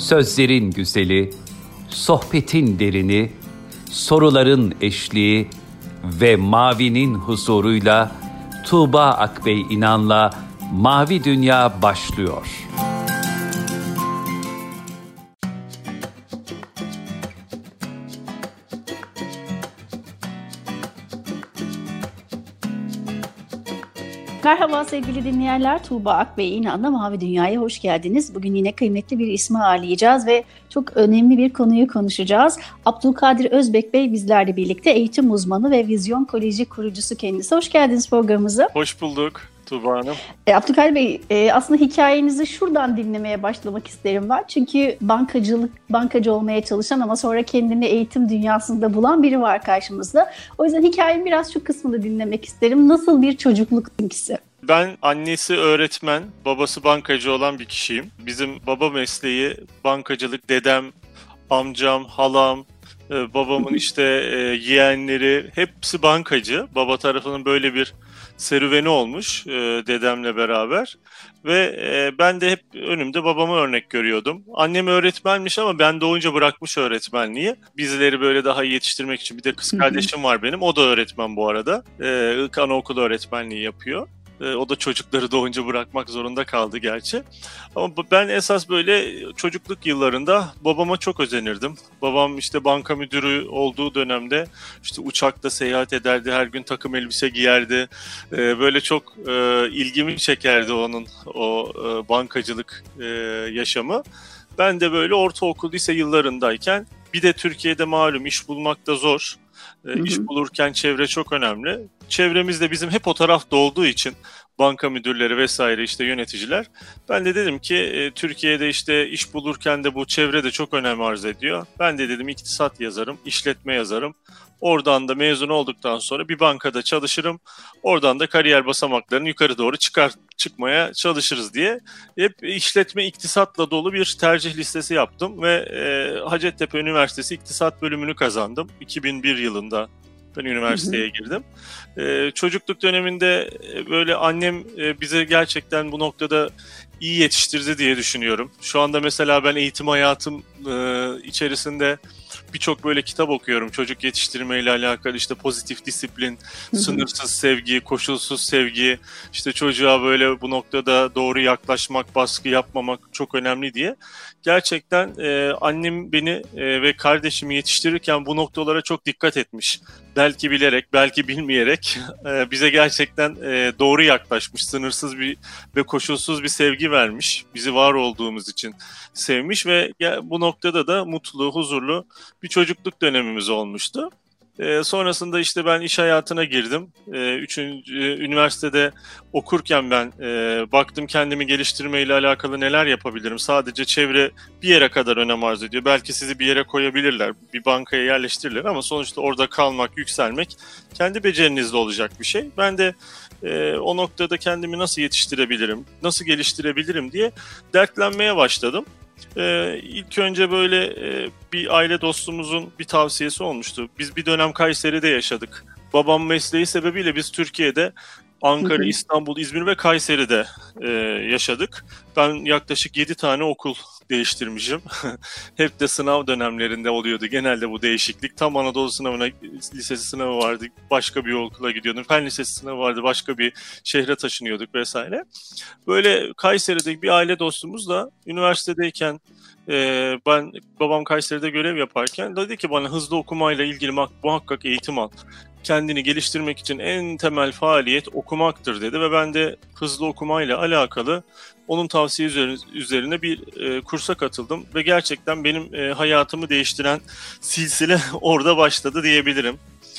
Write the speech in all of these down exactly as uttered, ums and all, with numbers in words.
Sözlerin güzeli, sohbetin derini, soruların eşliği ve mavinin huzuruyla Tuğba Akbey İnan'la Mavi Dünya başlıyor. Merhaba sevgili dinleyenler, Tuğba Akbey İnan'la Mavi Dünya'ya hoş geldiniz. Bugün yine kıymetli bir ismi ağırlayacağız ve çok önemli bir konuyu konuşacağız. Abdülkadir Özbek Bey bizlerle birlikte, eğitim uzmanı ve Vizyon Koleji kurucusu kendisi. Hoş geldiniz programımıza. Hoş bulduk Tuğba Hanım. E, Abdülkadir Bey, e, aslında hikayenizi şuradan dinlemeye başlamak isterim ben. Çünkü bankacılık, bankacı olmaya çalışan ama sonra kendini eğitim dünyasında bulan biri var karşımızda. O yüzden hikayenin biraz şu kısmını dinlemek isterim. Nasıl bir çocukluk ikisi? Ben annesi öğretmen, babası bankacı olan bir kişiyim. Bizim baba mesleği bankacılık, dedem, amcam, halam, babamın işte yeğenleri hepsi bankacı. Baba tarafının böyle bir serüveni olmuş dedemle beraber. Ve ben de hep önümde babamı örnek görüyordum. Annem öğretmenmiş ama ben doğunca bırakmış öğretmenliği. Bizleri böyle daha iyi yetiştirmek için. Bir de kız kardeşim var benim. O da öğretmen bu arada. İlk anaokulu öğretmenliği yapıyor. O da çocukları doğunca bırakmak zorunda kaldı gerçi. Ama ben esas böyle çocukluk yıllarında babama çok özenirdim. Babam işte banka müdürü olduğu dönemde işte uçakta seyahat ederdi, her gün takım elbise giyerdi. Böyle çok ilgimi çekerdi onun o bankacılık yaşamı. Ben de böyle ortaokul, lise yıllarındayken, bir de Türkiye'de malum iş bulmak da zor. Hı hı. İş bulurken çevre çok önemli. Çevremizde bizim hep o tarafta olduğu için banka müdürleri vesaire işte yöneticiler. Ben de dedim ki e, Türkiye'de işte iş bulurken de bu çevre de çok önem arz ediyor. Ben de dedim iktisat yazarım, işletme yazarım. Oradan da mezun olduktan sonra bir bankada çalışırım. Oradan da kariyer basamaklarını yukarı doğru çıkar çıkmaya çalışırız diye hep işletme, iktisatla dolu bir tercih listesi yaptım ve e, Hacettepe Üniversitesi İktisat bölümünü kazandım. iki bin bir yılında ben üniversiteye girdim. Ee, çocukluk döneminde böyle annem e, bize gerçekten bu noktada iyi yetiştirdi diye düşünüyorum. Şu anda mesela ben eğitim hayatım e, içerisinde birçok böyle kitap okuyorum. Çocuk yetiştirmeyle alakalı, işte pozitif disiplin, hı hı. sınırsız sevgi, koşulsuz sevgi, işte çocuğa böyle bu noktada doğru yaklaşmak, baskı yapmamak çok önemli diye. Gerçekten e, annem beni e, ve kardeşimi yetiştirirken bu noktalara çok dikkat etmiş. Belki bilerek, belki bilmeyerek e, bize gerçekten e, doğru yaklaşmış, sınırsız bir ve koşulsuz bir sevgi vermiş. Bizi var olduğumuz için sevmiş ve bu noktada da mutlu, huzurlu bir çocukluk dönemimiz olmuştu. E, sonrasında işte ben iş hayatına girdim. E, üçüncü üniversitede okurken ben e, baktım kendimi geliştirmeyle alakalı neler yapabilirim. Sadece çevre bir yere kadar önem arz ediyor. Belki sizi bir yere koyabilirler, bir bankaya yerleştirirler ama sonuçta orada kalmak, yükselmek kendi becerinizde olacak bir şey. Ben de e, o noktada kendimi nasıl yetiştirebilirim, nasıl geliştirebilirim diye dertlenmeye başladım. Ee, ilk önce böyle e, bir aile dostumuzun bir tavsiyesi olmuştu. Biz bir dönem Kayseri'de yaşadık. Babam mesleği sebebiyle biz Türkiye'de Ankara, hı hı. İstanbul, İzmir ve Kayseri'de e, yaşadık. Ben yaklaşık yedi tane okul değiştirmişim. Hep de sınav dönemlerinde oluyordu genelde bu değişiklik. Tam Anadolu sınavına, lisesi sınavı vardı, başka bir okula gidiyordum. Fen lisesi sınavı vardı, başka bir şehre taşınıyorduk vesaire. Böyle Kayseri'deki bir aile dostumuzla üniversitedeyken e, ben babam Kayseri'de görev yaparken dedi ki bana hızlı okumayla ilgili muhakkak eğitim al. Kendini geliştirmek için en temel faaliyet okumaktır dedi ve ben de hızlı okumayla alakalı onun tavsiye üzerine bir e, kursa katıldım ve gerçekten benim e, hayatımı değiştiren silsile orada başladı diyebilirim.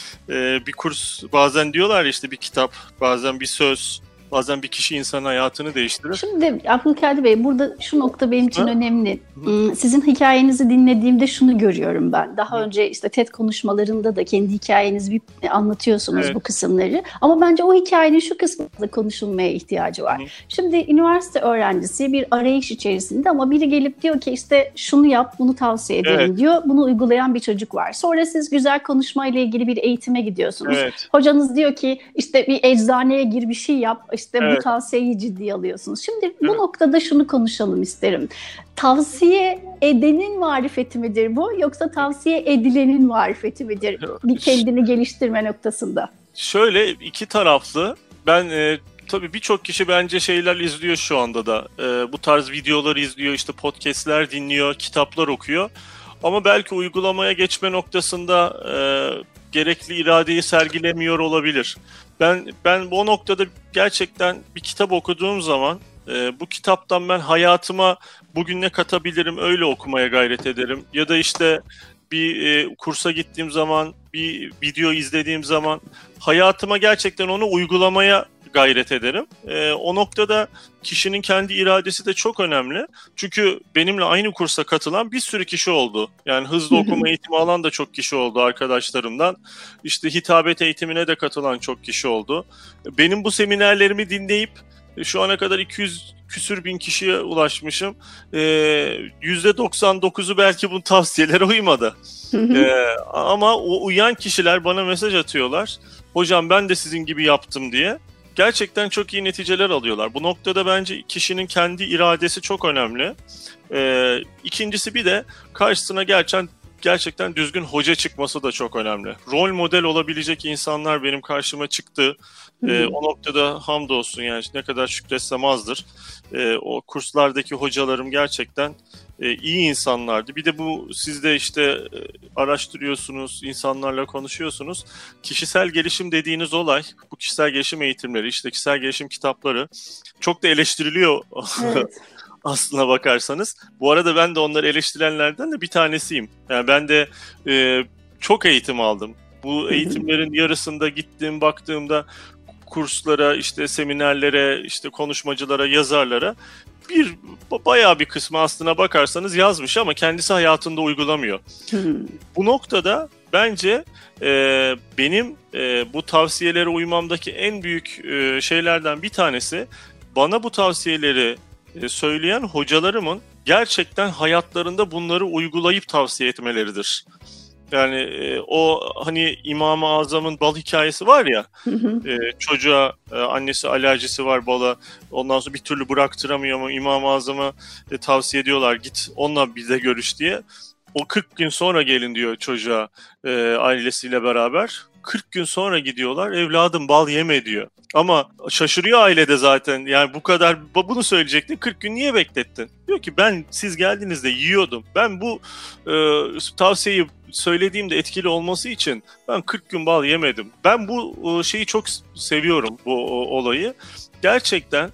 E, bir kurs, bazen diyorlar ya işte bir kitap, bazen bir söz, bazen bir kişi insanın hayatını değiştirir. Şimdi Abdülkadir Bey, burada şu nokta benim için ha? önemli. Hı. Sizin hikayenizi dinlediğimde şunu görüyorum ben. Daha Hı. önce işte TED konuşmalarında da kendi hikayenizi bir anlatıyorsunuz, evet. bu kısımları. Ama bence o hikayenin şu kısmında konuşulmaya ihtiyacı var. Hı. Şimdi üniversite öğrencisi bir arayış içerisinde ama biri gelip diyor ki işte şunu yap, bunu tavsiye ederim evet. diyor. Bunu uygulayan bir çocuk var. Sonra siz güzel konuşmayla ilgili bir eğitime gidiyorsunuz. Evet. Hocanız diyor ki işte bir eczaneye gir, bir şey yap. İşte evet. bu tavsiyeyi ciddiye alıyorsunuz. Şimdi bu evet. noktada şunu konuşalım isterim. Tavsiye edenin marifeti midir bu, yoksa tavsiye edilenin marifeti midir bir kendini geliştirme noktasında? Şöyle, iki taraflı. Ben e, tabii birçok kişi bence şeyler izliyor şu anda da. E, bu tarz videolar izliyor, işte podcastler dinliyor, kitaplar okuyor. Ama belki uygulamaya geçme noktasında e, gerekli iradeyi sergilemiyor olabilir. Ben ben bu noktada gerçekten bir kitap okuduğum zaman e, bu kitaptan ben hayatıma bugün ne katabilirim, öyle okumaya gayret ederim. Ya da işte bir e, kursa gittiğim zaman, bir video izlediğim zaman hayatıma gerçekten onu uygulamaya gayret ederim. E, o noktada kişinin kendi iradesi de çok önemli. Çünkü benimle aynı kursa katılan bir sürü kişi oldu. Yani hızlı okuma eğitimi alan da çok kişi oldu arkadaşlarımdan. İşte hitabet eğitimine de katılan çok kişi oldu. Benim bu seminerlerimi dinleyip şu ana kadar iki yüz küsür bin kişiye ulaşmışım. Ee, yüzde doksan dokuzu belki bu tavsiyelere uymadı. ee, ama o uyan kişiler bana mesaj atıyorlar. Hocam ben de sizin gibi yaptım diye. Gerçekten çok iyi neticeler alıyorlar. Bu noktada bence kişinin kendi iradesi çok önemli. Ee, ikincisi bir de karşısına gerçekten gerçekten düzgün hoca çıkması da çok önemli. Rol model olabilecek insanlar benim karşıma çıktı. Ee, o noktada hamdolsun, yani ne kadar şükretsem azdır. Ee, o kurslardaki hocalarım gerçekten e, iyi insanlardı. Bir de bu, siz de işte e, araştırıyorsunuz, insanlarla konuşuyorsunuz. Kişisel gelişim dediğiniz olay, bu kişisel gelişim eğitimleri, işte kişisel gelişim kitapları çok da eleştiriliyor. Evet. Aslına bakarsanız. Bu arada ben de onları eleştirenlerden de bir tanesiyim. Yani ben de e, çok eğitim aldım. Bu eğitimlerin yarısında gittim, baktığımda kurslara, işte seminerlere, işte konuşmacılara, yazarlara bir bayağı bir kısmı aslına bakarsanız yazmış ama kendisi hayatında uygulamıyor. Bu noktada bence e, benim e, bu tavsiyelere uymamdaki en büyük e, şeylerden bir tanesi, bana bu tavsiyeleri e, söyleyen hocalarımın gerçekten hayatlarında bunları uygulayıp tavsiye etmeleridir. Yani e, o hani İmam-ı Azam'ın bal hikayesi var ya, e, çocuğa e, annesi alerjisi var bala, ondan sonra bir türlü bıraktıramıyor ama İmam-ı Azam'a e, tavsiye ediyorlar, git onunla bize görüş diye. O kırk gün sonra gelin diyor çocuğa e, ailesiyle beraber. kırk gün sonra gidiyorlar, evladım bal yeme diyor. Ama şaşırıyor ailede zaten, yani bu kadar bunu söyleyecektin, kırk gün niye beklettin? Diyor ki ben siz geldiğinizde yiyordum. Ben bu e, tavsiyeyi söylediğimde etkili olması için ben kırk gün bal yemedim. Ben bu e, şeyi çok seviyorum, bu o, olayı. Gerçekten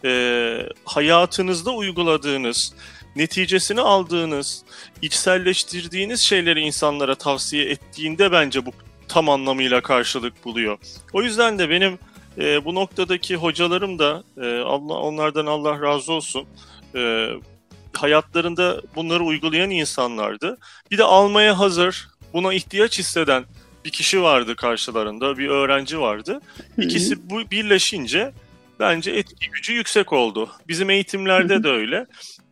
e, hayatınızda uyguladığınız, neticesini aldığınız, içselleştirdiğiniz şeyleri insanlara tavsiye ettiğinde bence bu tam anlamıyla karşılık buluyor. O yüzden de benim e, bu noktadaki hocalarım da e, Allah, onlardan Allah razı olsun, e, hayatlarında bunları uygulayan insanlardı. Bir de almaya hazır, buna ihtiyaç hisseden bir kişi vardı karşılarında, bir öğrenci vardı. İkisi bu birleşince bence etki gücü yüksek oldu. Bizim eğitimlerde de öyle.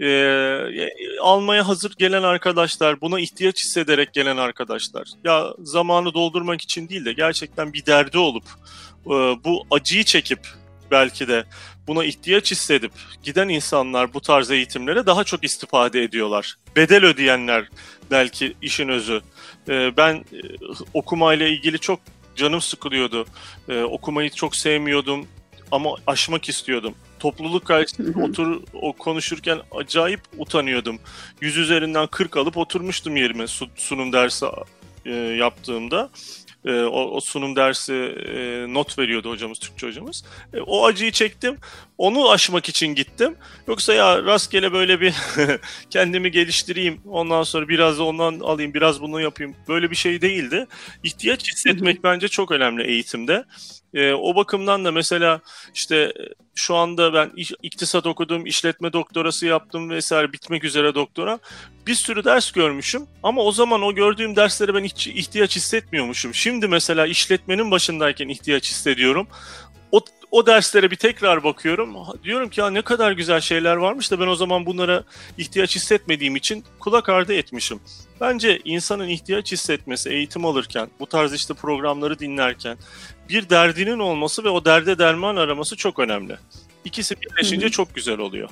Ee, almaya hazır gelen arkadaşlar, buna ihtiyaç hissederek gelen arkadaşlar, ya zamanı doldurmak için değil de gerçekten bir derdi olup e, bu acıyı çekip belki de buna ihtiyaç hissedip giden insanlar bu tarz eğitimlere daha çok istifade ediyorlar. Bedel ödeyenler belki işin özü. Ee, ben e, okumayla ilgili çok canım sıkılıyordu. Ee, okumayı çok sevmiyordum ama aşmak istiyordum. Topluluk karşısında otur o konuşurken acayip utanıyordum. yüz üzerinden kırk alıp oturmuştum yerime sunum dersi e, yaptığımda. E, o, o sunum dersi e, not veriyordu hocamız, Türkçe hocamız. E, o acıyı çektim. Onu aşmak için gittim. Yoksa ya rastgele böyle bir kendimi geliştireyim, ondan sonra biraz da ondan alayım, biraz bunu yapayım. Böyle bir şey değildi. İhtiyaç hissetmek bence çok önemli eğitimde. E, o bakımdan da mesela işte şu anda ben iktisat okudum, işletme doktorası yaptım vesaire, bitmek üzere doktora. Bir sürü ders görmüşüm ama o zaman o gördüğüm derslere ben hiç ihtiyaç hissetmiyormuşum. Şimdi mesela işletmenin başındayken ihtiyaç hissediyorum. O, o derslere bir tekrar bakıyorum. Diyorum ki ya ne kadar güzel şeyler varmış da ben o zaman bunlara ihtiyaç hissetmediğim için kulak ardı etmişim. Bence insanın ihtiyaç hissetmesi eğitim alırken, bu tarz işte programları dinlerken bir derdinin olması ve o derde derman araması çok önemli. İkisi birleşince çok güzel oluyor.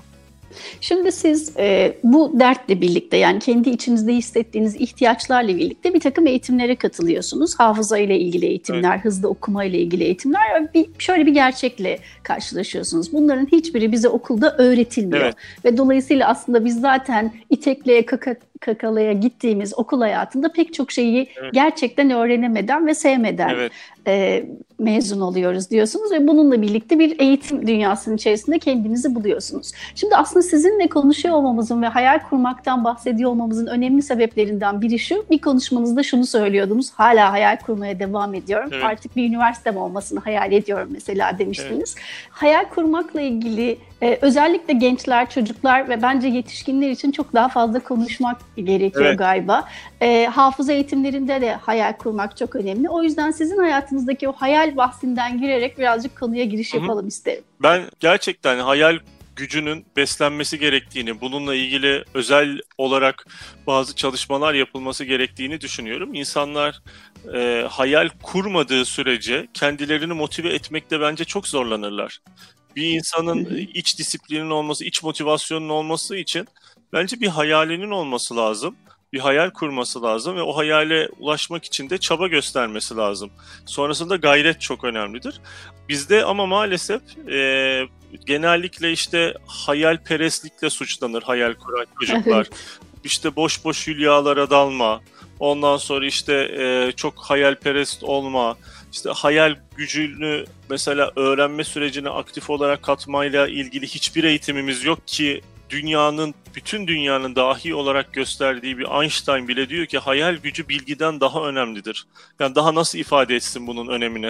Şimdi siz e, bu dertle birlikte, yani kendi içinizde hissettiğiniz ihtiyaçlarla birlikte bir takım eğitimlere katılıyorsunuz. Hafıza ile ilgili eğitimler, evet. hızlı okuma ile ilgili eğitimler. Bir, şöyle bir gerçekle karşılaşıyorsunuz. Bunların hiçbiri bize okulda öğretilmiyor. Evet. Ve dolayısıyla aslında biz zaten itekleye kaka, kakalaya gittiğimiz okul hayatında pek çok şeyi evet. gerçekten öğrenemeden ve sevmeden evet. e, mezun oluyoruz diyorsunuz ve bununla birlikte bir eğitim dünyasının içerisinde kendinizi buluyorsunuz. Şimdi aslında sizinle konuşuyor olmamızın ve hayal kurmaktan bahsediyor olmamızın önemli sebeplerinden biri şu: bir konuşmanızda şunu söylüyordunuz: hala hayal kurmaya devam ediyorum. Evet. Artık bir üniversitem olmasını hayal ediyorum mesela demiştiniz. Evet. Hayal kurmakla ilgili e, özellikle gençler, çocuklar ve bence yetişkinler için çok daha fazla konuşmak gerekiyor evet. galiba. E, hafıza eğitimlerinde de hayal kurmak çok önemli. O yüzden sizin hayatınızdaki o hayal bahsinden girerek birazcık konuya giriş Hı-hı. yapalım isterim. Ben gerçekten hayal gücünün beslenmesi gerektiğini, bununla ilgili özel olarak bazı çalışmalar yapılması gerektiğini düşünüyorum. İnsanlar e, hayal kurmadığı sürece kendilerini motive etmekte bence çok zorlanırlar. Bir insanın iç disiplinin olması, iç motivasyonun olması için bence bir hayalinin olması lazım. Bir hayal kurması lazım ve o hayale ulaşmak için de çaba göstermesi lazım. Sonrasında gayret çok önemlidir. Bizde ama maalesef e, genellikle işte hayalperestlikle suçlanır hayal kuran çocuklar. İşte boş boş hülyalara dalma, ondan sonra işte e, çok hayalperest olma, işte hayal gücünü mesela öğrenme sürecine aktif olarak katmayla ilgili hiçbir eğitimimiz yok ki dünyanın, bütün dünyanın dahi olarak gösterdiği bir Einstein bile diyor ki hayal gücü bilgiden daha önemlidir. Yani daha nasıl ifade etsin bunun önemini?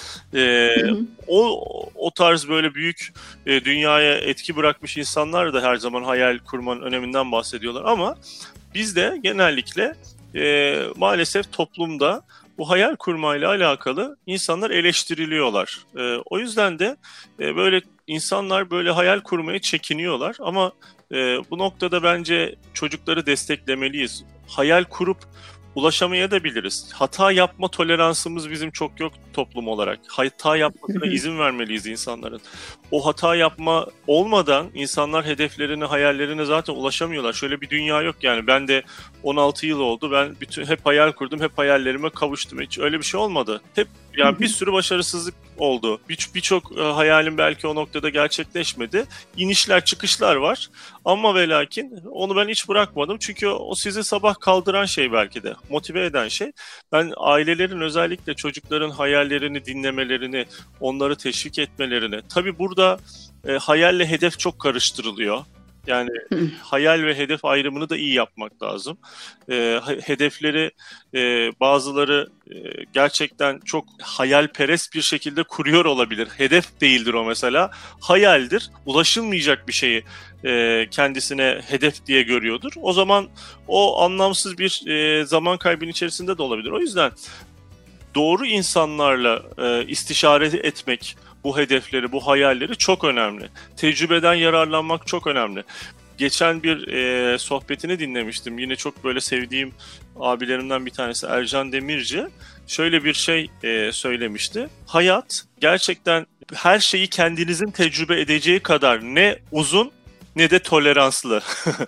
e, o o tarz böyle büyük e, dünyaya etki bırakmış insanlar da her zaman hayal kurmanın öneminden bahsediyorlar ama bizde genellikle e, maalesef toplumda bu hayal kurmayla alakalı insanlar eleştiriliyorlar. E, o yüzden de e, böyle insanlar böyle hayal kurmaya çekiniyorlar ama e, bu noktada bence çocukları desteklemeliyiz. Hayal kurup ulaşamayabiliriz. Hata yapma toleransımız bizim çok yok toplum olarak. Hata yapmasına izin vermeliyiz insanların. O hata yapma olmadan insanlar hedeflerine, hayallerine zaten ulaşamıyorlar. Şöyle bir dünya yok yani. Ben de on altı yıl oldu. Ben bütün hep hayal kurdum, hep hayallerime kavuştum. Hiç öyle bir şey olmadı. Hep yani bir sürü başarısızlık oldu. Bir, birçok e, hayalim belki o noktada gerçekleşmedi. İnişler, çıkışlar var. Ama ve lakin onu ben hiç bırakmadım. Çünkü o sizi sabah kaldıran şey belki de. Motive eden şey. Ben ailelerin özellikle çocukların hayallerini dinlemelerini, onları teşvik etmelerini. Tabii burada e, hayalle hedef çok karıştırılıyor. Yani hayal ve hedef ayrımını da iyi yapmak lazım. E, hedefleri e, bazıları e, gerçekten çok hayalperest bir şekilde kuruyor olabilir. Hedef değildir o mesela. Hayaldir. Ulaşılmayacak bir şeyi e, kendisine hedef diye görüyordur. O zaman o anlamsız bir e, zaman kaybının içerisinde de olabilir. O yüzden doğru insanlarla e, istişare etmek, bu hedefleri, bu hayalleri çok önemli. Tecrübeden yararlanmak çok önemli. Geçen bir e, sohbetini dinlemiştim. Yine çok böyle sevdiğim abilerimden bir tanesi Ercan Demirci. Şöyle bir şey e, söylemişti. Hayat gerçekten her şeyi kendinizin tecrübe edeceği kadar ne uzun ne de toleranslı.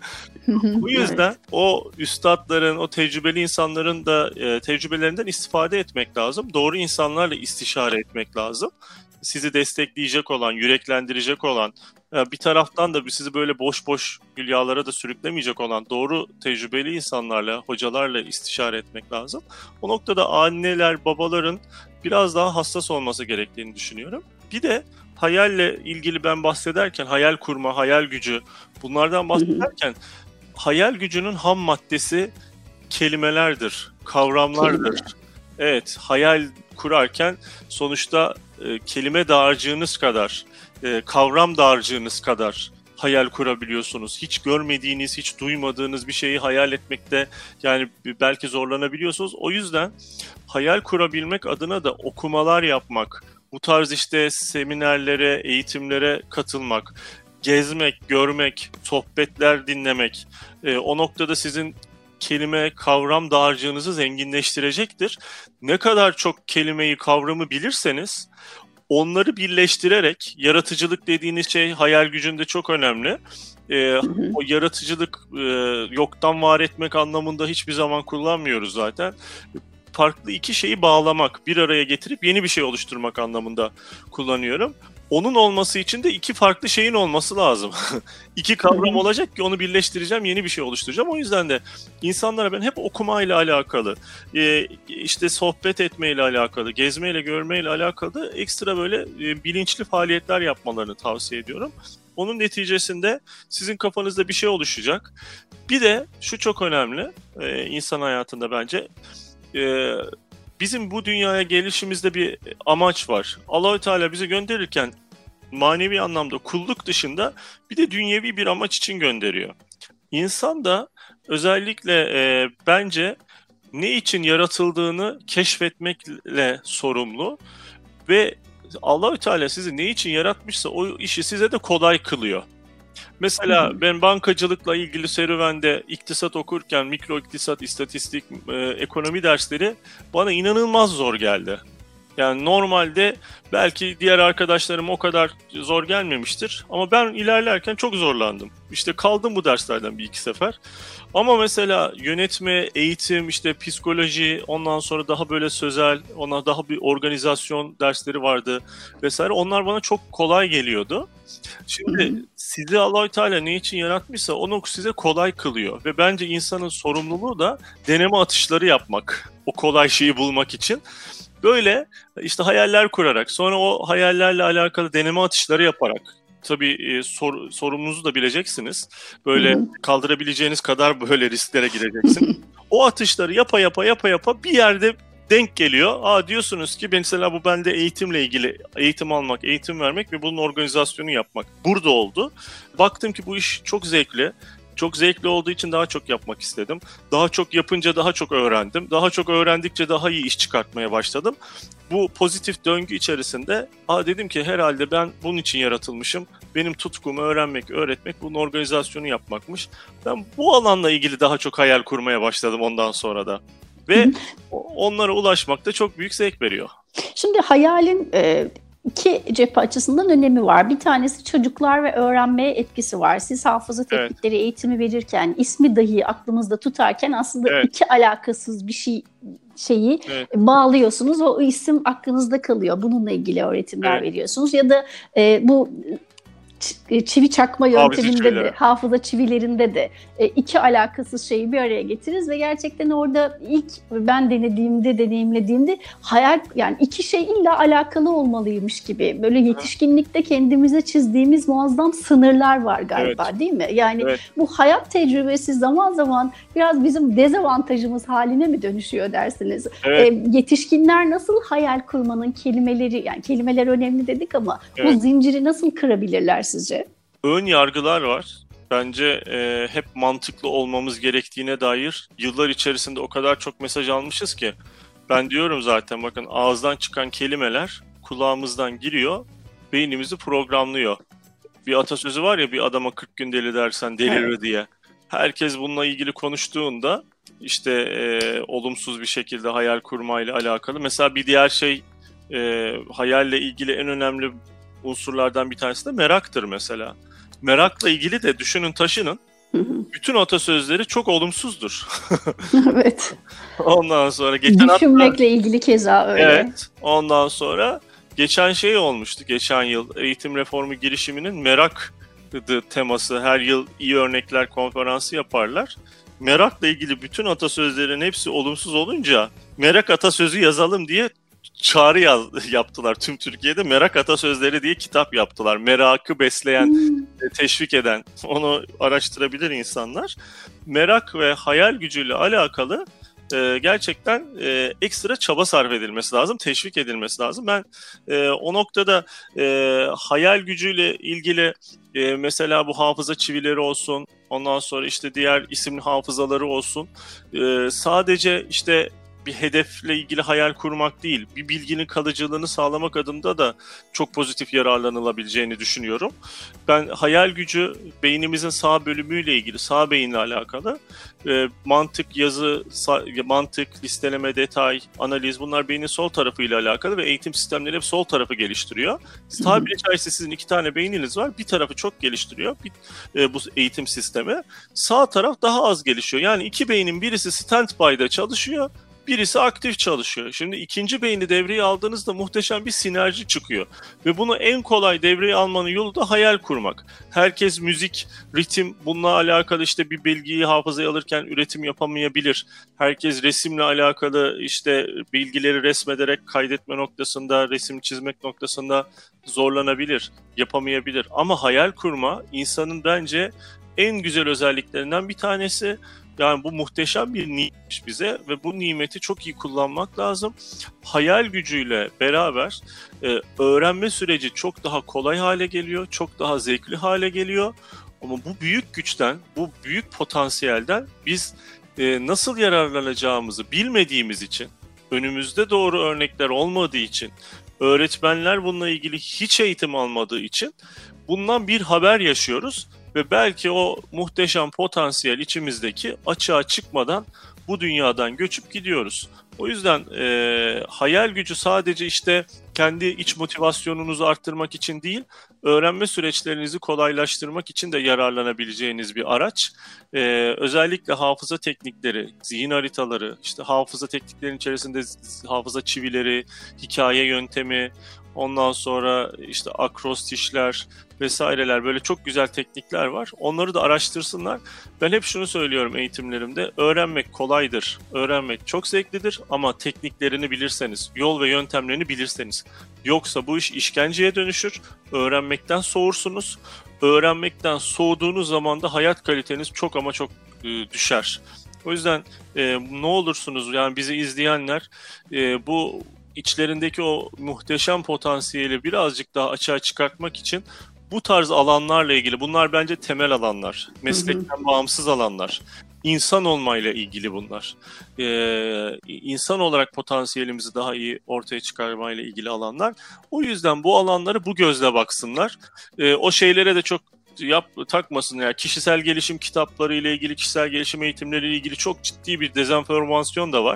Bu yüzden evet. o üstadların, o tecrübeli insanların da e, tecrübelerinden istifade etmek lazım. Doğru insanlarla istişare etmek lazım. Sizi destekleyecek olan, yüreklendirecek olan, bir taraftan da sizi böyle boş boş hülyalara da sürüklemeyecek olan doğru tecrübeli insanlarla, hocalarla istişare etmek lazım. O noktada anneler, babaların biraz daha hassas olması gerektiğini düşünüyorum. Bir de hayalle ilgili ben bahsederken, hayal kurma, hayal gücü, bunlardan bahsederken hayal gücünün ham maddesi kelimelerdir, kavramlardır. Evet, hayal kurarken sonuçta e, kelime dağarcığınız kadar, e, kavram dağarcığınız kadar hayal kurabiliyorsunuz. Hiç görmediğiniz, hiç duymadığınız bir şeyi hayal etmekte yani belki zorlanabiliyorsunuz. O yüzden hayal kurabilmek adına da okumalar yapmak, bu tarz işte seminerlere, eğitimlere katılmak, gezmek, görmek, sohbetler dinlemek, e, o noktada sizin kelime, kavram dağarcığınızı zenginleştirecektir. Ne kadar çok kelimeyi, kavramı bilirseniz onları birleştirerek, yaratıcılık dediğiniz şey hayal gücünde çok önemli. E, o yaratıcılık e, yoktan var etmek anlamında hiçbir zaman kullanmıyoruz zaten. Farklı iki şeyi bağlamak, bir araya getirip yeni bir şey oluşturmak anlamında kullanıyorum. Onun olması için de iki farklı şeyin olması lazım. İki kavram olacak ki onu birleştireceğim, yeni bir şey oluşturacağım. O yüzden de insanlara ben hep okumayla alakalı, e, işte sohbet etmeyle alakalı, gezmeyle, görmeyle alakalı ekstra böyle e, bilinçli faaliyetler yapmalarını tavsiye ediyorum. Onun neticesinde sizin kafanızda bir şey oluşacak. Bir de şu çok önemli e, insan hayatında bence. E, bizim bu dünyaya gelişimizde bir amaç var. Allah-u Teala bizi gönderirken manevi anlamda kulluk dışında bir de dünyevi bir amaç için gönderiyor. İnsan da özellikle e, bence ne için yaratıldığını keşfetmekle sorumlu ve Allah-u Teala sizi ne için yaratmışsa o işi size de kolay kılıyor. Mesela ben bankacılıkla ilgili serüvende iktisat okurken mikro iktisat, istatistik, e, ekonomi dersleri bana inanılmaz zor geldi. Yani normalde belki diğer arkadaşlarım o kadar zor gelmemiştir ama ben ilerlerken çok zorlandım. İşte kaldım bu derslerden bir iki sefer. Ama mesela yönetme, eğitim, işte psikoloji, ondan sonra daha böyle sözel, ona daha bir organizasyon dersleri vardı vesaire. Onlar bana çok kolay geliyordu. Şimdi sizi Allah-u Teala ne için yaratmışsa onu size kolay kılıyor. Ve bence insanın sorumluluğu da deneme atışları yapmak. O kolay şeyi bulmak için. Böyle işte hayaller kurarak, sonra o hayallerle alakalı deneme atışları yaparak, tabii e, sor, sorumunuzu da bileceksiniz. Böyle Hı-hı. kaldırabileceğiniz kadar böyle risklere gireceksiniz. O atışları yapa yapa yapa yapa bir yerde denk geliyor. Aa diyorsunuz ki mesela bu bende eğitimle ilgili, eğitim almak, eğitim vermek ve bunun organizasyonu yapmak. Burada oldu. Baktım ki bu iş çok zevkli. Çok zevkli olduğu için daha çok yapmak istedim. Daha çok yapınca daha çok öğrendim. Daha çok öğrendikçe daha iyi iş çıkartmaya başladım. Bu pozitif döngü içerisinde Aa, dedim ki herhalde ben bunun için yaratılmışım. Benim tutkum öğrenmek, öğretmek, bunun organizasyonu yapmakmış. Ben bu alanla ilgili daha çok hayal kurmaya başladım ondan sonra da. Ve onlara ulaşmakta çok büyük zevk veriyor. Şimdi hayalin e, iki cephe açısından önemi var. Bir tanesi çocuklar ve öğrenmeye etkisi var. Siz hafıza teknikleri evet. eğitimi verirken, ismi dahi aklınızda tutarken aslında evet. iki alakasız bir şey şeyi evet. bağlıyorsunuz. O isim aklınızda kalıyor. Bununla ilgili öğretimler evet. veriyorsunuz. Ya da e, bu çivi çakma yönteminde de, hafıza çivilerinde de e, iki alakasız şeyi bir araya getiririz ve gerçekten orada ilk ben denediğimde, deneyimlediğimde hayal, yani iki şey illa alakalı olmalıymış gibi. Böyle yetişkinlikte kendimize çizdiğimiz muazzam sınırlar var galiba evet. değil mi? Yani evet. bu hayat tecrübesi zaman zaman biraz bizim dezavantajımız haline mi dönüşüyor dersiniz? Evet. E, yetişkinler nasıl hayal kurmanın kelimeleri, yani kelimeler önemli dedik ama evet. bu zinciri nasıl kırabilirler sizce? Ön yargılar var. Bence e, hep mantıklı olmamız gerektiğine dair yıllar içerisinde o kadar çok mesaj almışız ki ben diyorum zaten bakın ağızdan çıkan kelimeler kulağımızdan giriyor, beynimizi programlıyor. Bir atasözü var ya bir adama kırk gün deli dersen delirir evet. diye. Herkes bununla ilgili konuştuğunda işte e, olumsuz bir şekilde hayal kurmayla alakalı. Mesela bir diğer şey e, hayalle ilgili en önemli unsurlardan bir tanesi de meraktır mesela. Merakla ilgili de düşünün taşının bütün atasözleri çok olumsuzdur. Evet. Ondan sonra geçen düşünmekle hafta, ilgili keza öyle. Evet. Ondan sonra geçen şey olmuştu. Geçen yıl eğitim reformu girişiminin merak teması, her yıl iyi örnekler konferansı yaparlar. Merakla ilgili bütün atasözlerin hepsi olumsuz olunca merak atasözü yazalım diye çağrı yaz, yaptılar tüm Türkiye'de. Merak atasözleri diye kitap yaptılar. Merakı besleyen, hmm. teşvik eden. Onu araştırabilir insanlar. Merak ve hayal gücüyle alakalı e, gerçekten e, ekstra çaba sarf edilmesi lazım, teşvik edilmesi lazım. Ben e, o noktada e, hayal gücüyle ilgili e, mesela bu hafıza çivileri olsun, ondan sonra işte diğer isimli hafızaları olsun. E, sadece işte bir hedefle ilgili hayal kurmak değil, bir bilginin kalıcılığını sağlamak adında da çok pozitif yararlanılabileceğini düşünüyorum. Ben hayal gücü beynimizin sağ bölümüyle ilgili, sağ beyinle alakalı e, mantık, yazı, sa- mantık, listeleme, detay, analiz, bunlar beynin sol tarafıyla alakalı ve eğitim sistemleri hep sol tarafı geliştiriyor. Tabiri caizse sizin iki tane beyniniz var, bir tarafı çok geliştiriyor bir, e, bu eğitim sistemi. Sağ taraf daha az gelişiyor. Yani iki beynin birisi standby'da çalışıyor, birisi aktif çalışıyor. Şimdi ikinci beyni devreye aldığınızda muhteşem bir sinerji çıkıyor. Ve bunu en kolay devreye almanın yolu da hayal kurmak. Herkes müzik, ritim, bununla alakalı işte bir bilgiyi hafızaya alırken üretim yapamayabilir. Herkes resimle alakalı işte bilgileri resmederek kaydetme noktasında, resim çizmek noktasında zorlanabilir, yapamayabilir. Ama hayal kurma insanın bence en güzel özelliklerinden bir tanesi. Yani bu muhteşem bir nimet bize ve bu nimeti çok iyi kullanmak lazım. Hayal gücüyle beraber e, öğrenme süreci çok daha kolay hale geliyor, çok daha zevkli hale geliyor. Ama bu büyük güçten, bu büyük potansiyelden biz e, nasıl yararlanacağımızı bilmediğimiz için, önümüzde doğru örnekler olmadığı için, öğretmenler bununla ilgili hiç eğitim almadığı için bundan bir haber yaşıyoruz. Ve belki o muhteşem potansiyel içimizdeki açığa çıkmadan bu dünyadan göçüp gidiyoruz. O yüzden e, hayal gücü sadece işte kendi iç motivasyonunuzu arttırmak için değil, öğrenme süreçlerinizi kolaylaştırmak için de yararlanabileceğiniz bir araç. E, özellikle hafıza teknikleri, zihin haritaları, işte hafıza tekniklerinin içerisinde hafıza çivileri, hikaye yöntemi, ondan sonra işte akrostişler vesaireler, böyle çok güzel teknikler var. Onları da araştırsınlar. Ben hep şunu söylüyorum eğitimlerimde. Öğrenmek kolaydır. Öğrenmek çok zevklidir ama tekniklerini bilirseniz, yol ve yöntemlerini bilirseniz. Yoksa bu iş işkenceye dönüşür. Öğrenmekten soğursunuz. Öğrenmekten soğuduğunuz zaman da hayat kaliteniz çok ama çok e, düşer. O yüzden e, ne olursunuz, yani bizi izleyenler e, bu içlerindeki o muhteşem potansiyeli birazcık daha açığa çıkartmak için bu tarz alanlarla ilgili, bunlar bence temel alanlar, meslekten hı hı. bağımsız alanlar, insan olmayla ilgili bunlar. Ee, insan olarak potansiyelimizi daha iyi ortaya çıkarmayla ilgili alanlar. O yüzden bu alanları bu gözle baksınlar. Ee, o şeylere de çok yap takmasın ya. Yani kişisel gelişim kitapları ile ilgili, kişisel gelişim eğitimleri ile ilgili çok ciddi bir dezenformasyon da var.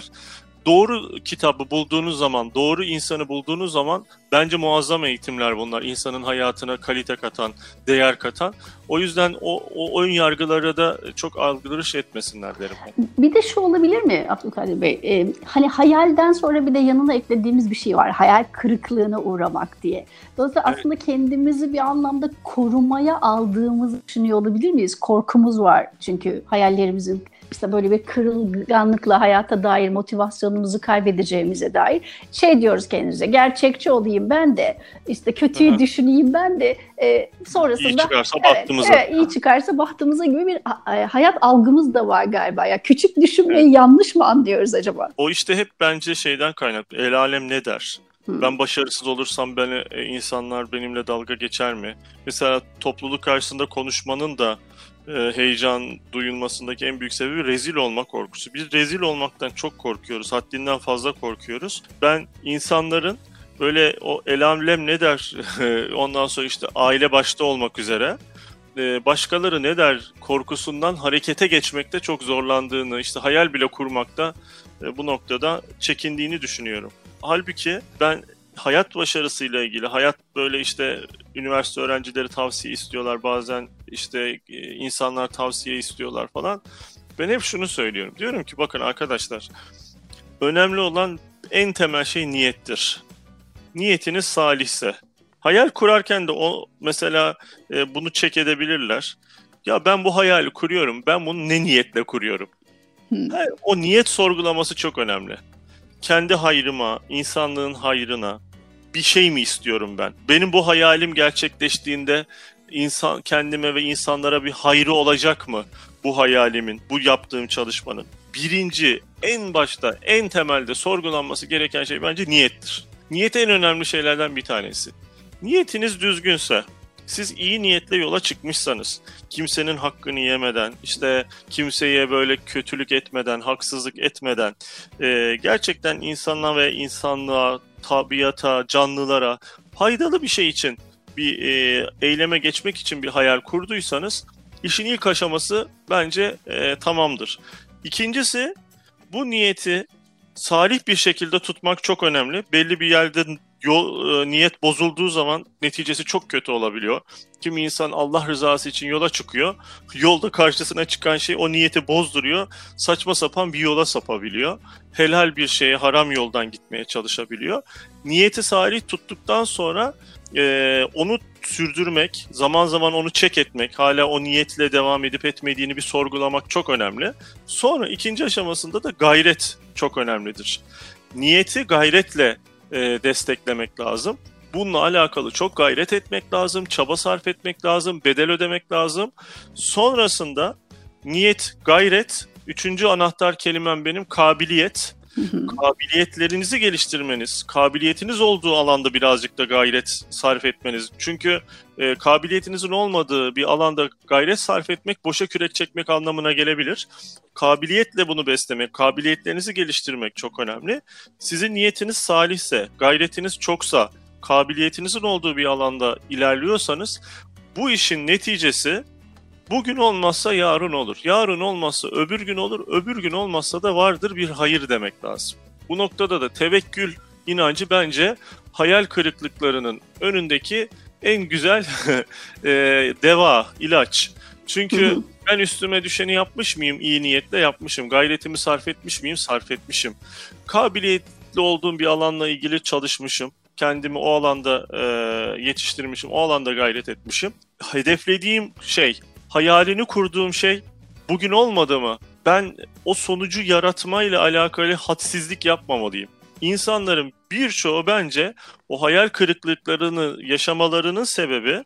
Doğru kitabı bulduğunuz zaman, doğru insanı bulduğunuz zaman bence muazzam eğitimler bunlar. İnsanın hayatına kalite katan, değer katan. O yüzden o, o ön yargılara da çok algılarış etmesinler derim. Bir de şu olabilir mi Abdülkadir Bey? Ee, hani hayalden sonra bir de yanına eklediğimiz bir şey var. Hayal kırıklığına uğramak diye. Dolayısıyla evet. aslında kendimizi bir anlamda korumaya aldığımızı düşünüyor olabilir miyiz? Korkumuz var çünkü hayallerimizin işte böyle bir kırılganlıkla hayata dair motivasyonumuzu kaybedeceğimize dair şey diyoruz kendimize, gerçekçi olayım ben de, işte kötüyü Hı-hı. düşüneyim ben de, e, sonrasında iyi çıkarsa evet, bahtımıza. Evet, iyi çıkarsa bahtımıza gibi bir hayat algımız da var galiba. Ya küçük düşünmeyi evet. yanlış mı anlıyoruz acaba? O işte hep bence şeyden kaynaklı. El alem ne der? Hmm. Ben başarısız olursam beni insanlar benimle dalga geçer mi? Mesela topluluk karşısında konuşmanın da heyecan duyulmasındaki en büyük sebebi rezil olma korkusu. Biz rezil olmaktan çok korkuyoruz. Haddinden fazla korkuyoruz. Ben insanların böyle o el alem ne der ondan sonra işte aile başta olmak üzere başkaları ne der korkusundan harekete geçmekte çok zorlandığını, işte hayal bile kurmakta bu noktada çekindiğini düşünüyorum. Halbuki ben hayat başarısıyla ilgili, hayat böyle işte üniversite öğrencileri tavsiye istiyorlar, bazen işte insanlar tavsiye istiyorlar falan. Ben hep şunu söylüyorum. Diyorum ki bakın arkadaşlar, önemli olan en temel şey niyettir. Niyetiniz salihse. Hayal kurarken de o mesela e, bunu check edebilirler. Ya ben bu hayali kuruyorum, ben bunu ne niyetle kuruyorum? Hmm. Yani o niyet sorgulaması çok önemli. Kendi hayrıma, insanlığın hayrına bir şey mi istiyorum ben? Benim bu hayalim gerçekleştiğinde insan kendime ve insanlara bir hayrı olacak mı bu hayalimin, bu yaptığım çalışmanın? Birinci, en başta, en temelde sorgulanması gereken şey bence niyettir. Niyet en önemli şeylerden bir tanesi. Niyetiniz düzgünse, Siz iyi niyetle yola çıkmışsanız, kimsenin hakkını yemeden, işte kimseye böyle kötülük etmeden, haksızlık etmeden, e, gerçekten insana ve insanlığa, tabiata, canlılara faydalı bir şey için, bir e, eyleme geçmek için bir hayal kurduysanız, işin ilk aşaması bence e, tamamdır. İkincisi, bu niyeti salih bir şekilde tutmak çok önemli. Belli bir yerde yol, e, niyet bozulduğu zaman neticesi çok kötü olabiliyor. Kimi insan Allah rızası için yola çıkıyor. Yolda karşısına çıkan şey o niyeti bozduruyor. Saçma sapan bir yola sapabiliyor. Helal bir şeye haram yoldan gitmeye çalışabiliyor. Niyeti salih tuttuktan sonra e, onu sürdürmek, zaman zaman onu check etmek, hala o niyetle devam edip etmediğini bir sorgulamak çok önemli. Sonra ikinci aşamasında da gayret çok önemlidir. Niyeti gayretle e, desteklemek lazım. Bununla alakalı çok gayret etmek lazım, çaba sarf etmek lazım, bedel ödemek lazım. Sonrasında niyet, gayret, üçüncü anahtar kelimem benim kabiliyet. Kabiliyetlerinizi geliştirmeniz, kabiliyetiniz olduğu alanda birazcık da gayret sarf etmeniz. Çünkü e, kabiliyetinizin olmadığı bir alanda gayret sarf etmek boşa kürek çekmek anlamına gelebilir. Kabiliyetle bunu beslemek, kabiliyetlerinizi geliştirmek çok önemli. Sizin niyetiniz salihse, gayretiniz çoksa, kabiliyetinizin olduğu bir alanda ilerliyorsanız bu işin neticesi bugün olmazsa yarın olur. Yarın olmazsa öbür gün olur. Öbür gün olmazsa da vardır bir hayır demek lazım. Bu noktada da tevekkül inancı bence hayal kırıklıklarının önündeki en güzel e, deva, ilaç. Çünkü hı hı. ben üstüme düşeni yapmış mıyım? İyi niyetle yapmışım. Gayretimi sarf etmiş miyim? Sarf etmişim. Kabiliyetli olduğum bir alanla ilgili çalışmışım. Kendimi o alanda e, yetiştirmişim. O alanda gayret etmişim. Hedeflediğim şey, hayalini kurduğum şey bugün olmadı mı? Ben o sonucu yaratmayla alakalı hadsizlik yapmamalıyım. İnsanların birçoğu bence o hayal kırıklıklarını yaşamalarının sebebi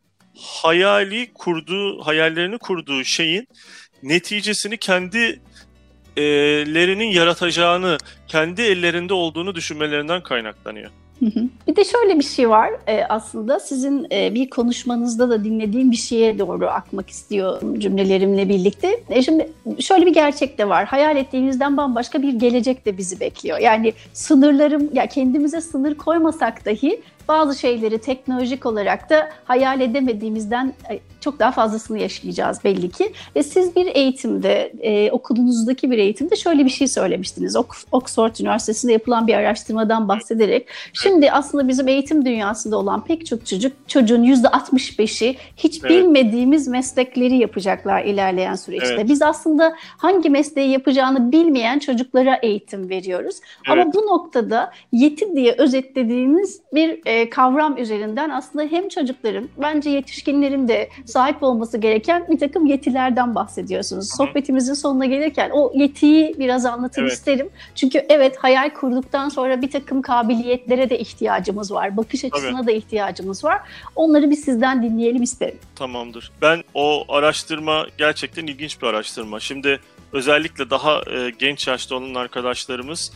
hayali kurduğu, hayallerini kurduğu şeyin neticesini kendi ellerinin yaratacağını, kendi ellerinde olduğunu düşünmelerinden kaynaklanıyor. Bir de şöyle bir şey var e, aslında sizin e, bir konuşmanızda da dinlediğim bir şeye doğru akmak istiyor cümlelerimle birlikte. E, şimdi şöyle bir gerçek de var. Hayal ettiğimizden bambaşka bir gelecek de bizi bekliyor. Yani sınırlarım, ya kendimize sınır koymasak dahi bazı şeyleri teknolojik olarak da hayal edemediğimizden çok daha fazlasını yaşayacağız belli ki. Ve siz bir eğitimde, e, okulunuzdaki bir eğitimde şöyle bir şey söylemiştiniz. Oxford Üniversitesi'nde yapılan bir araştırmadan bahsederek. Şimdi aslında bizim eğitim dünyasında olan pek çok çocuk, çocuğun yüzde altmış beşi hiç evet. bilmediğimiz meslekleri yapacaklar ilerleyen süreçte. Evet. Biz aslında hangi mesleği yapacağını bilmeyen çocuklara eğitim veriyoruz. Evet. Ama bu noktada yeti diye özetlediğimiz bir e, kavram üzerinden aslında hem çocukların, bence yetişkinlerin de sahip olması gereken bir takım yetilerden bahsediyorsunuz. Hı-hı. Sohbetimizin sonuna gelirken o yetiyi biraz anlatın evet. isterim. Çünkü evet, hayal kurduktan sonra bir takım kabiliyetlere de ihtiyacımız var. Bakış açısına Tabii. da ihtiyacımız var. Onları bir sizden dinleyelim isterim. Tamamdır. Ben o araştırma gerçekten ilginç bir araştırma. Şimdi özellikle daha e, genç yaşta olan arkadaşlarımız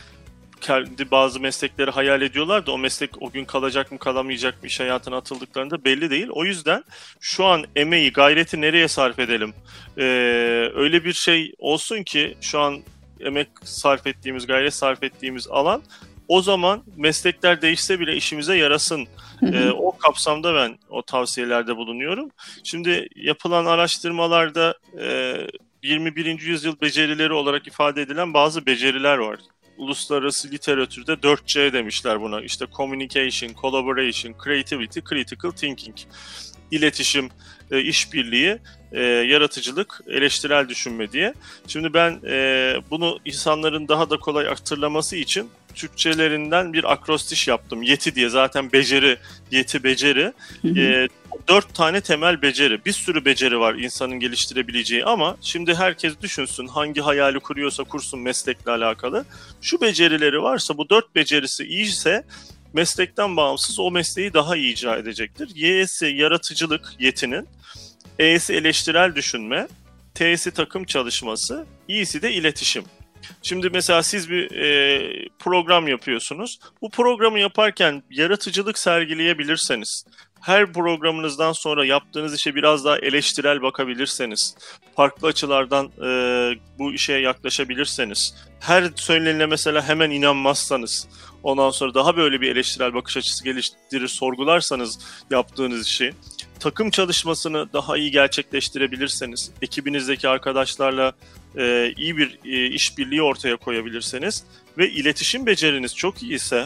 kendi bazı meslekleri hayal ediyorlar da o meslek o gün kalacak mı kalamayacak mı, iş hayatına atıldıklarında belli değil. O yüzden şu an emeği, gayreti nereye sarf edelim? Ee, öyle bir şey olsun ki şu an emek sarf ettiğimiz, gayret sarf ettiğimiz alan o zaman meslekler değişse bile işimize yarasın. Ee, o kapsamda ben o tavsiyelerde bulunuyorum. Şimdi yapılan araştırmalarda e, yirmi birinci yüzyıl becerileri olarak ifade edilen bazı beceriler var. Uluslararası literatürde dört C demişler buna. İşte communication, collaboration, creativity, critical thinking. İletişim, e, işbirliği, e, yaratıcılık, eleştirel düşünme diye. Şimdi ben e, bunu insanların daha da kolay hatırlaması için Türkçelerinden bir akrostiş yaptım. Yeti diye, zaten beceri, yeti beceri. E, dört tane temel beceri. Bir sürü beceri var insanın geliştirebileceği ama şimdi herkes düşünsün, hangi hayali kuruyorsa kursun meslekle alakalı. Şu becerileri varsa, bu dört becerisi iyiyse meslekten bağımsız o mesleği daha iyi icra edecektir. Y'si yaratıcılık yetinin, E'si eleştirel düşünme, T'si takım çalışması, İ'si de iletişim. Şimdi mesela siz bir e, program yapıyorsunuz. Bu programı yaparken yaratıcılık sergileyebilirseniz, her programınızdan sonra yaptığınız işe biraz daha eleştirel bakabilirseniz, farklı açılardan e, bu işe yaklaşabilirseniz, her söylenene mesela hemen inanmazsanız, ondan sonra daha böyle bir eleştirel bakış açısı geliştirir, sorgularsanız yaptığınız işi, takım çalışmasını daha iyi gerçekleştirebilirseniz, ekibinizdeki arkadaşlarla e, iyi bir e, işbirliği ortaya koyabilirseniz ve iletişim beceriniz çok iyiyse,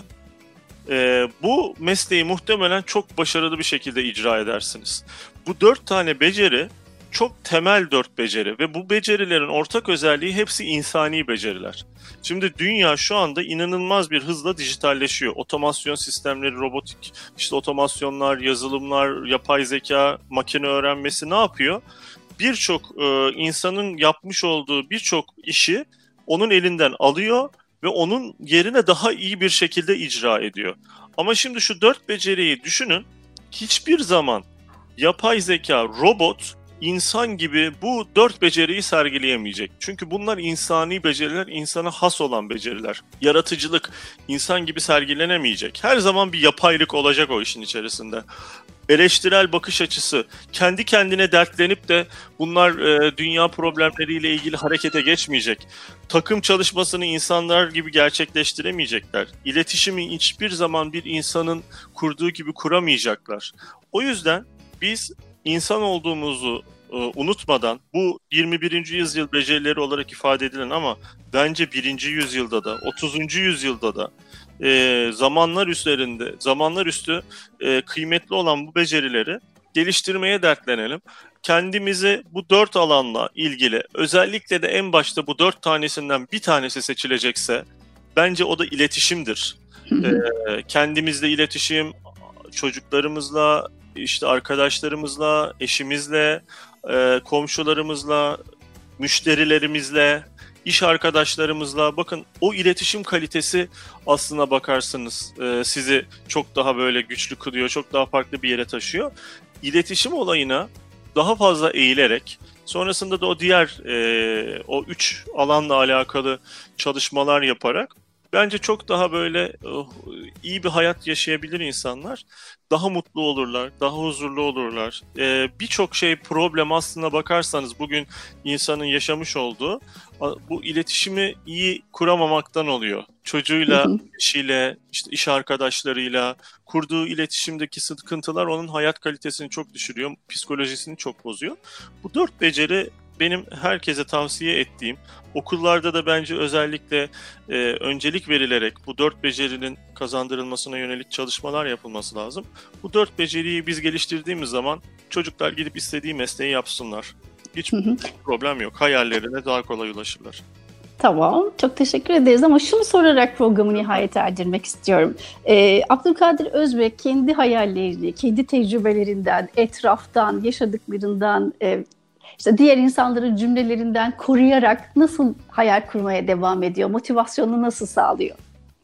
e, bu mesleği muhtemelen çok başarılı bir şekilde icra edersiniz. Bu dört tane beceri çok temel dört beceri ve bu becerilerin ortak özelliği hepsi insani beceriler. Şimdi dünya şu anda inanılmaz bir hızla dijitalleşiyor. Otomasyon sistemleri, robotik işte otomasyonlar, yazılımlar, yapay zeka, makine öğrenmesi ne yapıyor? Birçok e, insanın yapmış olduğu birçok işi onun elinden alıyor ve onun yerine daha iyi bir şekilde icra ediyor. Ama şimdi şu dört beceriyi düşünün, hiçbir zaman yapay zeka, robot, insan gibi bu dört beceriyi sergileyemeyecek. Çünkü bunlar insani beceriler, insana has olan beceriler. Yaratıcılık insan gibi sergilenemeyecek. Her zaman bir yapaylık olacak o işin içerisinde. Eleştirel bakış açısı, kendi kendine dertlenip de bunlar e, dünya problemleriyle ilgili harekete geçmeyecek. Takım çalışmasını insanlar gibi gerçekleştiremeyecekler. İletişimi hiçbir zaman bir insanın kurduğu gibi kuramayacaklar. O yüzden biz insan olduğumuzu e, unutmadan, bu yirmi birinci yüzyıl becerileri olarak ifade edilen ama bence birinci yüzyılda da, otuzuncu yüzyılda da e, zamanlar üzerinde, zamanlar üstü e, kıymetli olan bu becerileri geliştirmeye dertlenelim. Kendimizi bu dört alanla ilgili, özellikle de en başta bu dört tanesinden bir tanesi seçilecekse, bence o da iletişimdir. e, kendimizle iletişim, çocuklarımızla, işte arkadaşlarımızla, eşimizle, e, komşularımızla, müşterilerimizle, iş arkadaşlarımızla, bakın o iletişim kalitesi aslına bakarsanız e, sizi çok daha böyle güçlü kılıyor, çok daha farklı bir yere taşıyor. İletişim olayına daha fazla eğilerek, sonrasında da o diğer e, o üç alanla alakalı çalışmalar yaparak bence çok daha böyle oh, iyi bir hayat yaşayabilir insanlar. Daha mutlu olurlar, daha huzurlu olurlar. Ee, birçok şey problem aslına bakarsanız bugün insanın yaşamış olduğu bu iletişimi iyi kuramamaktan oluyor. Çocuğuyla, eşiyle, işte iş arkadaşlarıyla kurduğu iletişimdeki sıkıntılar onun hayat kalitesini çok düşürüyor, psikolojisini çok bozuyor. Bu dört beceri benim herkese tavsiye ettiğim, okullarda da bence özellikle e, öncelik verilerek bu dört becerinin kazandırılmasına yönelik çalışmalar yapılması lazım. Bu dört beceriyi biz geliştirdiğimiz zaman çocuklar gidip istediği mesleği yapsınlar. Hiç hı hı. problem yok. Hayallerine daha kolay ulaşırlar. Tamam, çok teşekkür ederiz ama şunu sorarak programı nihayete erdirmek istiyorum. Ee, Abdülkadir Özbek kendi hayallerini, kendi tecrübelerinden, etraftan, yaşadıklarından, e, işte diğer insanların cümlelerinden koruyarak nasıl hayal kurmaya devam ediyor? Motivasyonunu nasıl sağlıyor?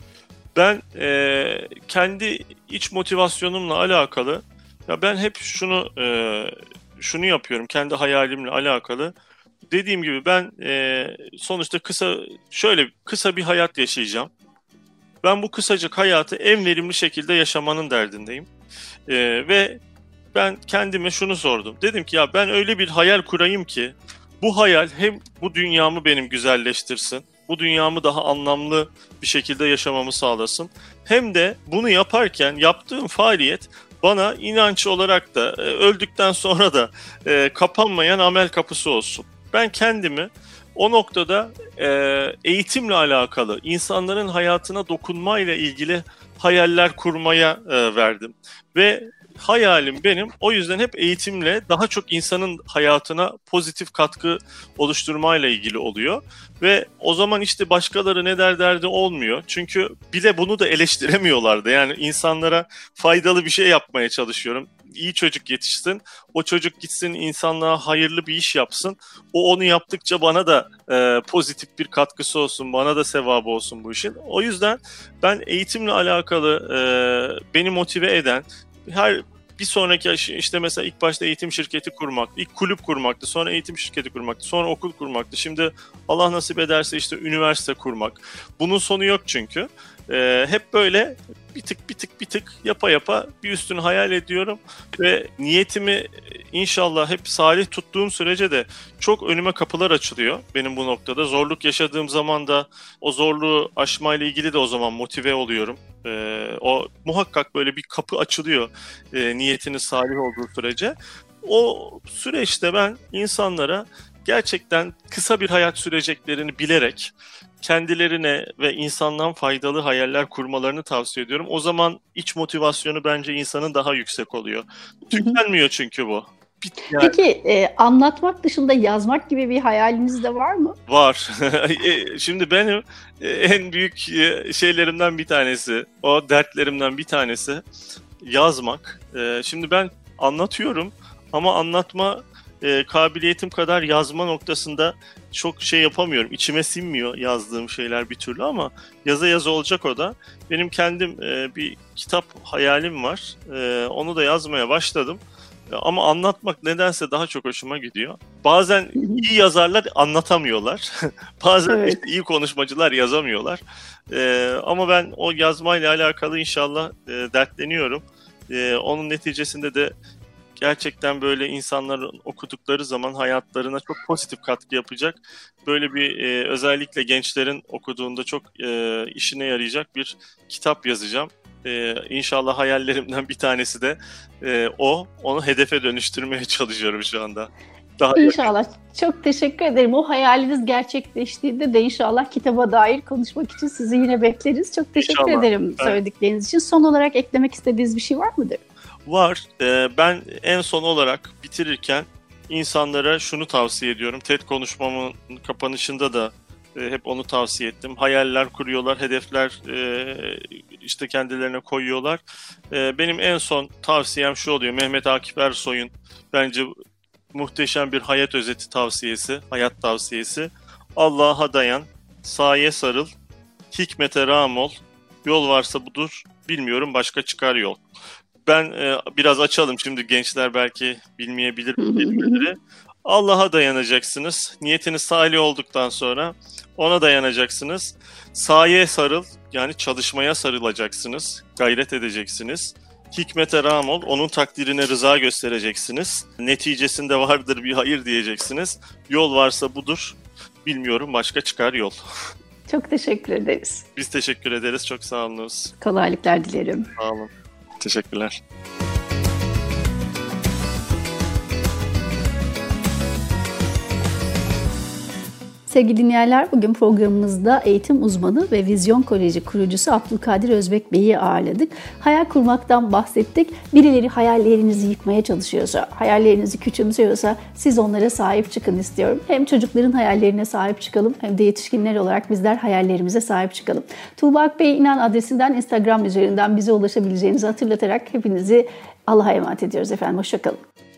Ben e, kendi iç motivasyonumla alakalı, ya ben hep şunu e, şunu yapıyorum kendi hayalimle alakalı. Dediğim gibi ben e, sonuçta kısa şöyle kısa bir hayat yaşayacağım. Ben bu kısacık hayatı en verimli şekilde yaşamanın derdindeyim. E, ve ben kendime şunu sordum. Dedim ki ya ben öyle bir hayal kurayım ki bu hayal hem bu dünyamı benim güzelleştirsin, bu dünyamı daha anlamlı bir şekilde yaşamamı sağlasın. Hem de bunu yaparken yaptığım faaliyet bana inanç olarak da öldükten sonra da e, kapanmayan amel kapısı olsun. Ben kendimi o noktada e, eğitimle alakalı, insanların hayatına dokunmayla ilgili hayaller kurmaya e, verdim. Ve hayalim benim o yüzden hep eğitimle daha çok insanın hayatına pozitif katkı oluşturmayla ilgili oluyor. Ve o zaman işte başkaları ne der derdi olmuyor. Çünkü bile bunu da eleştiremiyorlardı. Yani insanlara faydalı bir şey yapmaya çalışıyorum. İyi çocuk yetişsin, o çocuk gitsin insanlığa hayırlı bir iş yapsın. O onu yaptıkça bana da e, pozitif bir katkısı olsun, bana da sevabı olsun bu işin. O yüzden ben eğitimle alakalı e, beni motive eden, her bir sonraki işte mesela ilk başta eğitim şirketi kurmak, ilk kulüp kurmaktı, sonra eğitim şirketi kurmaktı, sonra okul kurmaktı. Şimdi Allah nasip ederse işte üniversite kurmak. Bunun sonu yok çünkü. Ee, hep böyle bir tık bir tık bir tık yapa yapa bir üstünü hayal ediyorum ve niyetimi inşallah hep salih tuttuğum sürece de çok önüme kapılar açılıyor benim bu noktada. Zorluk yaşadığım zaman da o zorluğu aşmayla ilgili de o zaman motive oluyorum. Ee, o muhakkak böyle bir kapı açılıyor e, niyetinin salih olduğu sürece. O süreçte ben insanlara gerçekten kısa bir hayat süreceklerini bilerek kendilerine ve insandan faydalı hayaller kurmalarını tavsiye ediyorum. O zaman iç motivasyonu bence insanın daha yüksek oluyor. Tükenmiyor çünkü bu. Yani. Peki e, anlatmak dışında yazmak gibi bir hayaliniz de var mı? Var. Şimdi benim en büyük şeylerimden bir tanesi, o dertlerimden bir tanesi yazmak. Şimdi ben anlatıyorum ama anlatma e, kabiliyetim kadar yazma noktasında çok şey yapamıyorum. İçime sinmiyor yazdığım şeyler bir türlü ama yaza yaza olacak o da. Benim kendim e, bir kitap hayalim var. E, onu da yazmaya başladım. E, ama anlatmak nedense daha çok hoşuma gidiyor. Bazen iyi yazarlar anlatamıyorlar. Bazen evet. işte iyi konuşmacılar yazamıyorlar. E, ama ben o yazmayla alakalı inşallah e, dertleniyorum. E, onun neticesinde de gerçekten böyle insanların okudukları zaman hayatlarına çok pozitif katkı yapacak. Böyle bir e, özellikle gençlerin okuduğunda çok e, işine yarayacak bir kitap yazacağım. E, İnşallah hayallerimden bir tanesi de e, o. Onu hedefe dönüştürmeye çalışıyorum şu anda. Daha İnşallah. Yakın. Çok teşekkür ederim. O hayaliniz gerçekleştiğinde de inşallah kitaba dair konuşmak için sizi yine bekleriz. Çok teşekkür İnşallah. ederim ben... söyledikleriniz için. Son olarak eklemek istediğiniz bir şey var mıdır? Var. Ben en son olarak bitirirken insanlara şunu tavsiye ediyorum. TED konuşmamın kapanışında da hep onu tavsiye ettim. Hayaller kuruyorlar, hedefler işte kendilerine koyuyorlar. Benim en son tavsiyem şu oluyor. Mehmet Akif Ersoy'un bence muhteşem bir hayat özeti tavsiyesi, hayat tavsiyesi. Allah'a dayan, saye sarıl, hikmete rağm ol, yol varsa budur, bilmiyorum başka çıkar yol. Ben e, biraz açalım şimdi gençler belki bilmeyebilir kelimeleri. Allah'a dayanacaksınız. Niyetiniz salih olduktan sonra ona dayanacaksınız. Saye sarıl, yani çalışmaya sarılacaksınız. Gayret edeceksiniz. Hikmete rağm ol, onun takdirine rıza göstereceksiniz. Neticesinde vardır bir hayır diyeceksiniz. Yol varsa budur, bilmiyorum başka çıkar yol. Çok teşekkür ederiz. Biz teşekkür ederiz, çok sağ olunuz. Kolaylıklar dilerim. Sağ olun. Teşekkürler. Sevgili dinleyenler, bugün programımızda eğitim uzmanı ve Vizyon Koleji kurucusu Abdülkadir Özbek Bey'i ağırladık. Hayal kurmaktan bahsettik. Birileri hayallerinizi yıkmaya çalışıyorsa, hayallerinizi küçümsüyorsa siz onlara sahip çıkın istiyorum. Hem çocukların hayallerine sahip çıkalım hem de yetişkinler olarak bizler hayallerimize sahip çıkalım. Tuğba Akbey İnan adresinden Instagram üzerinden bize ulaşabileceğinizi hatırlatarak hepinizi Allah'a emanet ediyoruz efendim. Hoşça kalın.